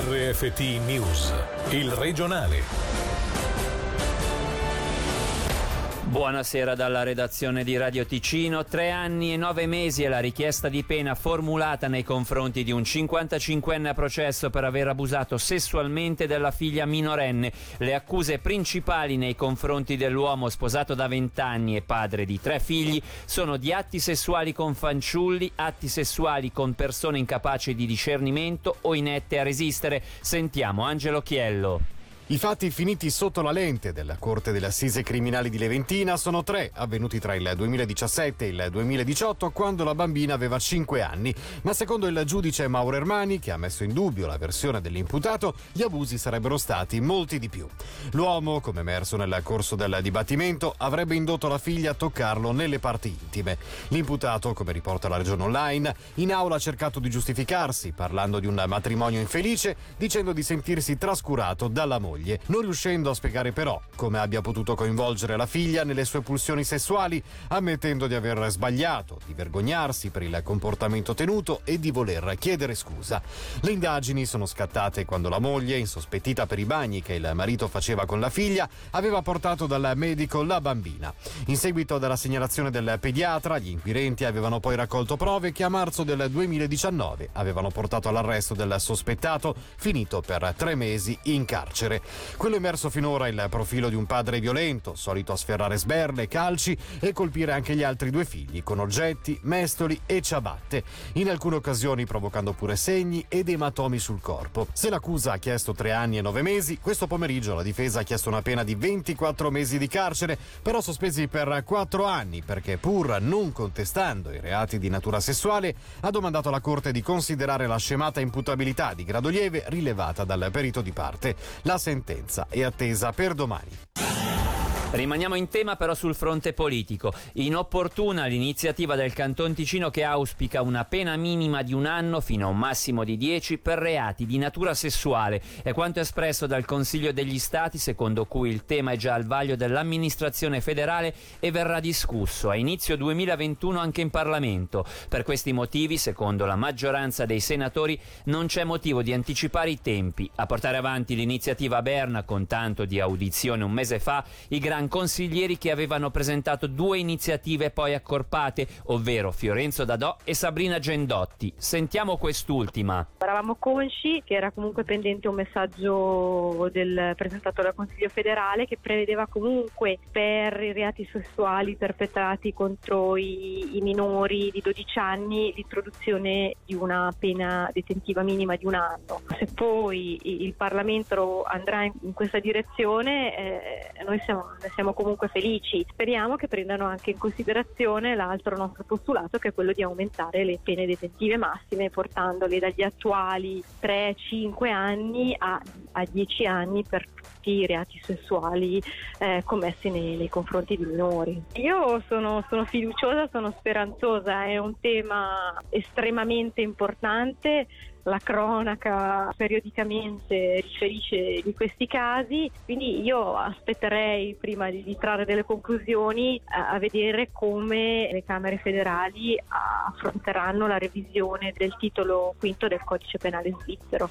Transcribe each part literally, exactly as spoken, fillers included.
R F T News, il regionale. Buonasera dalla redazione di Radio Ticino. Tre anni e nove mesi è la richiesta di pena formulata nei confronti di un cinquantacinquenne a processo per aver abusato sessualmente della figlia minorenne. Le accuse principali nei confronti dell'uomo sposato da vent'anni e padre di tre figli sono di atti sessuali con fanciulli, atti sessuali con persone incapaci di discernimento o inette a resistere. Sentiamo Angelo Chiello. I fatti finiti sotto la lente della Corte delle Assise Criminali di Leventina sono tre, avvenuti tra il duemiladiciassette e il duemiladiciotto, quando la bambina aveva cinque anni. Ma secondo il giudice Mauro Ermani, che ha messo in dubbio la versione dell'imputato, gli abusi sarebbero stati molti di più. L'uomo, come emerso nel corso del dibattimento, avrebbe indotto la figlia a toccarlo nelle parti intime. L'imputato, come riporta la Regione Online, in aula ha cercato di giustificarsi, parlando di un matrimonio infelice, dicendo di sentirsi trascurato dalla moglie, non riuscendo a spiegare però come abbia potuto coinvolgere la figlia nelle sue pulsioni sessuali, ammettendo di aver sbagliato, di vergognarsi per il comportamento tenuto e di voler chiedere scusa. Le indagini sono scattate quando la moglie, insospettita per i bagni che il marito faceva con la figlia, aveva portato dal medico la bambina. In seguito alla segnalazione del pediatra, gli inquirenti avevano poi raccolto prove che a marzo del duemiladiciannove avevano portato all'arresto del sospettato, finito per tre mesi in carcere. Quello emerso finora è il profilo di un padre violento, solito a sferrare sberle, calci e colpire anche gli altri due figli con oggetti, mestoli e ciabatte, in alcune occasioni provocando pure segni ed ematomi sul corpo. Se l'accusa ha chiesto tre anni e nove mesi, questo pomeriggio la difesa ha chiesto una pena di ventiquattro mesi di carcere, però sospesi per quattro anni, perché pur non contestando i reati di natura sessuale, ha domandato alla Corte di considerare la scemata imputabilità di grado lieve rilevata dal perito di parte. La sentenza è attesa per domani. Rimaniamo in tema però sul fronte politico. Inopportuna l'iniziativa del Canton Ticino che auspica una pena minima di un anno fino a un massimo di dieci per reati di natura sessuale. È quanto espresso dal Consiglio degli Stati, secondo cui il tema è già al vaglio dell'amministrazione federale e verrà discusso a inizio duemilaventuno anche in Parlamento. Per questi motivi, secondo la maggioranza dei senatori, non c'è motivo di anticipare i tempi. A portare avanti l'iniziativa a Berna, con tanto di audizione un mese fa, i grandi consiglieri che avevano presentato due iniziative poi accorpate, ovvero Fiorenzo Dadò e Sabrina Gendotti. Sentiamo quest'ultima. Eravamo consci che era comunque pendente un messaggio del presentato dal Consiglio federale che prevedeva comunque per i reati sessuali perpetrati contro i, i minori di dodici anni l'introduzione di una pena detentiva minima di un anno. Se poi il Parlamento andrà in, in questa direzione, eh, noi siamo siamo comunque felici. Speriamo che prendano anche in considerazione l'altro nostro postulato, che è quello di aumentare le pene detentive massime, portandole dagli attuali tre cinque anni a, a dieci anni per tutti i reati sessuali eh, commessi nei, nei confronti di minori. Io sono, sono fiduciosa, sono speranzosa, è un tema estremamente importante. La cronaca periodicamente riferisce di questi casi, quindi io aspetterei prima di, di trarre delle conclusioni a, a vedere come le Camere federali affronteranno la revisione del titolo quinto del Codice Penale svizzero.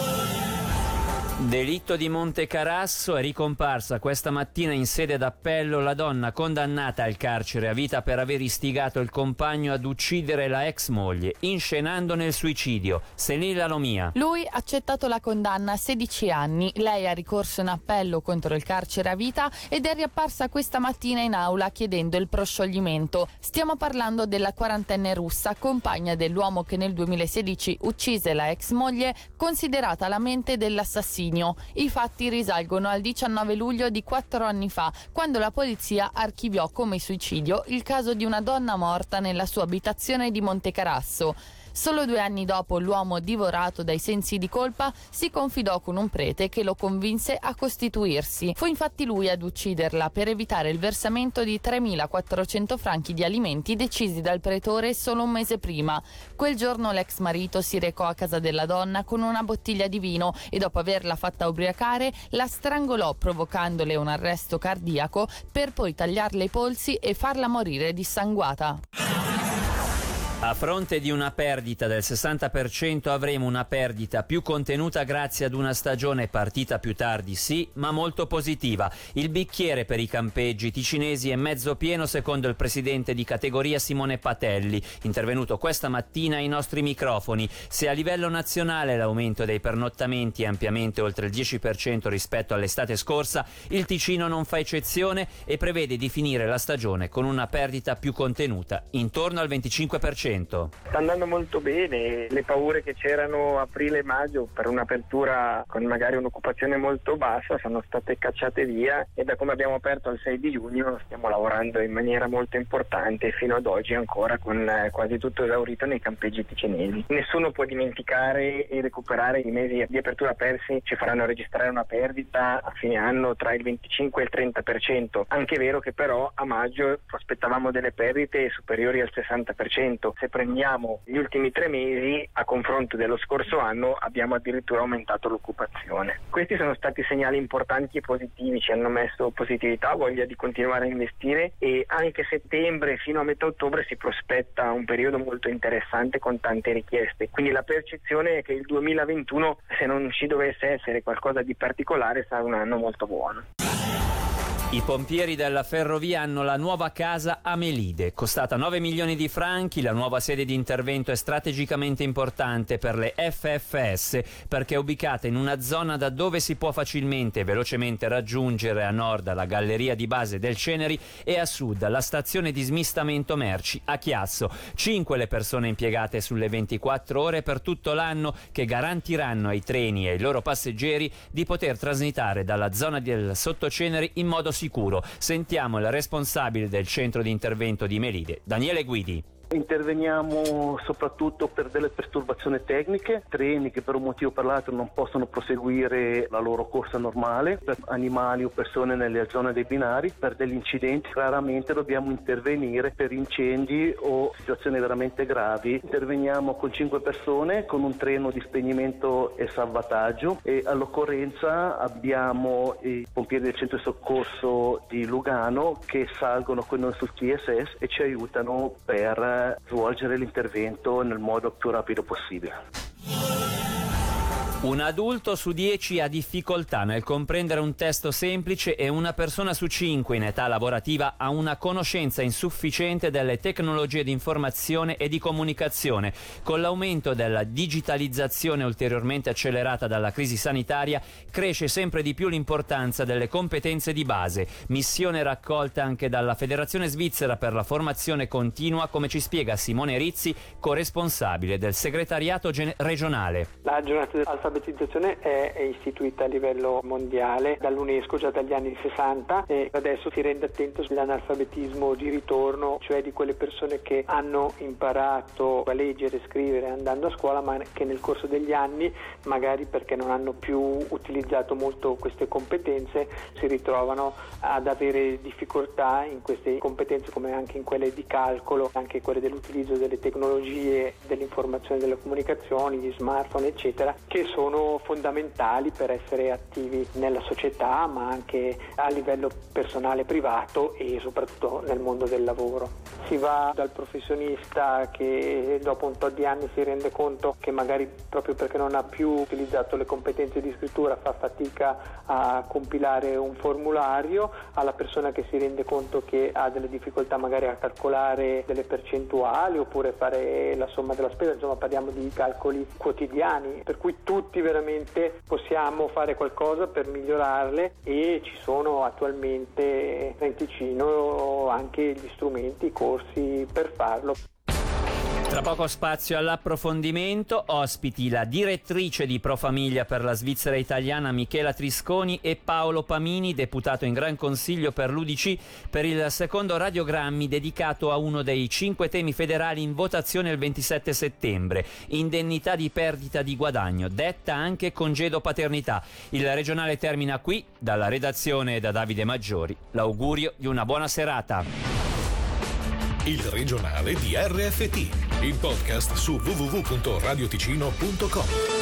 Delitto di Montecarasso. È ricomparsa questa mattina in sede d'appello la donna condannata al carcere a vita per aver istigato il compagno ad uccidere la ex moglie, inscenandone il suicidio. Senilla Lomia. Lui ha accettato la condanna a sedici anni, lei ha ricorso in appello contro il carcere a vita ed è riapparsa questa mattina in aula chiedendo il proscioglimento. Stiamo parlando della quarantenne russa, compagna dell'uomo che nel duemilasedici uccise la ex moglie, considerata la mente dell'assassino. I fatti risalgono al diciannove luglio di quattro anni fa, quando la polizia archiviò come suicidio il caso di una donna morta nella sua abitazione di Montecarasso. Solo due anni dopo, l'uomo, divorato dai sensi di colpa, si confidò con un prete che lo convinse a costituirsi. Fu infatti lui ad ucciderla per evitare il versamento di tremilaquattrocento franchi di alimenti decisi dal pretore solo un mese prima. Quel giorno l'ex marito si recò a casa della donna con una bottiglia di vino e dopo averla fatta ubriacare la strangolò provocandole un arresto cardiaco per poi tagliarle i polsi e farla morire dissanguata. A fronte di una perdita del sessanta per cento avremo una perdita più contenuta grazie ad una stagione partita più tardi, sì, ma molto positiva. Il bicchiere per i campeggi ticinesi è mezzo pieno secondo il presidente di categoria Simone Patelli, intervenuto questa mattina ai nostri microfoni. Se a livello nazionale l'aumento dei pernottamenti è ampiamente oltre il dieci per cento rispetto all'estate scorsa, il Ticino non fa eccezione e prevede di finire la stagione con una perdita più contenuta, intorno al venticinque per cento. Sta andando molto bene, le paure che c'erano aprile e maggio per un'apertura con magari un'occupazione molto bassa sono state cacciate via e da come abbiamo aperto al sei di giugno stiamo lavorando in maniera molto importante fino ad oggi ancora con quasi tutto esaurito nei campeggi ticinesi. Nessuno può dimenticare e recuperare i mesi di apertura persi, ci faranno registrare una perdita a fine anno tra il venticinque e il trenta per cento. Anche è vero che però a maggio aspettavamo delle perdite superiori al sessanta per cento. Se prendiamo gli ultimi tre mesi a confronto dello scorso anno abbiamo addirittura aumentato l'occupazione. Questi sono stati segnali importanti e positivi, ci hanno messo positività, voglia di continuare a investire e anche settembre fino a metà ottobre si prospetta un periodo molto interessante con tante richieste. Quindi la percezione è che il duemilaventuno, se non ci dovesse essere qualcosa di particolare, sarà un anno molto buono. I pompieri della ferrovia hanno la nuova casa a Melide, costata nove milioni di franchi. La nuova sede di intervento è strategicamente importante per le F F S perché è ubicata in una zona da dove si può facilmente e velocemente raggiungere a nord la galleria di base del Ceneri e a sud la stazione di smistamento merci a Chiasso. Cinque le persone impiegate sulle ventiquattro ore per tutto l'anno che garantiranno ai treni e ai loro passeggeri di poter transitare dalla zona del Sottoceneri in modo sicuro. Sentiamo il responsabile del centro di intervento di Melide, Daniele Guidi. Interveniamo soprattutto per delle perturbazioni tecniche, treni che per un motivo o per l'altro non possono proseguire la loro corsa normale, per animali o persone nelle zone dei binari, per degli incidenti. Raramente dobbiamo intervenire per incendi o situazioni veramente gravi. Interveniamo con cinque persone, con un treno di spegnimento e salvataggio e all'occorrenza abbiamo i pompieri del centro di soccorso di Lugano che salgono con noi sul T S S e ci aiutano per svolgere l'intervento nel modo più rapido possibile. Un adulto su dieci ha difficoltà nel comprendere un testo semplice e una persona su cinque in età lavorativa ha una conoscenza insufficiente delle tecnologie di informazione e di comunicazione. Con l'aumento della digitalizzazione ulteriormente accelerata dalla crisi sanitaria, cresce sempre di più l'importanza delle competenze di base, missione raccolta anche dalla Federazione Svizzera per la Formazione Continua, come ci spiega Simone Rizzi, corresponsabile del segretariato gen- regionale. La giornata dell'alfabetizzazione è istituita a livello mondiale dall'UNESCO già dagli anni sessanta e adesso si rende attento sull'analfabetismo di ritorno, cioè di quelle persone che hanno imparato a leggere e scrivere andando a scuola ma che nel corso degli anni, magari perché non hanno più utilizzato molto queste competenze, si ritrovano ad avere difficoltà in queste competenze come anche in quelle di calcolo, anche quelle dell'utilizzo delle tecnologie, dell'informazione e delle comunicazioni, gli smartphone eccetera, che sono fondamentali per essere attivi nella società ma anche a livello personale privato e soprattutto nel mondo del lavoro. Si va dal professionista che dopo un po' di anni si rende conto che magari proprio perché non ha più utilizzato le competenze di scrittura fa fatica a compilare un formulario, alla persona che si rende conto che ha delle difficoltà magari a calcolare delle percentuali oppure fare la somma della spesa, insomma parliamo di calcoli quotidiani, per cui tutti veramente possiamo fare qualcosa per migliorarle e ci sono attualmente in Ticino anche gli strumenti, i corsi per farlo. Tra poco spazio all'approfondimento, ospiti la direttrice di Pro Famiglia per la Svizzera italiana Michela Trisconi e Paolo Pamini, deputato in Gran Consiglio per l'U D C, per il secondo Radiogrammi dedicato a uno dei cinque temi federali in votazione il ventisette settembre, indennità di perdita di guadagno, detta anche congedo paternità. Il regionale termina qui, dalla redazione e da Davide Maggiori. L'augurio di una buona serata. Il regionale di R F T, il podcast su w w w punto radioticino punto com.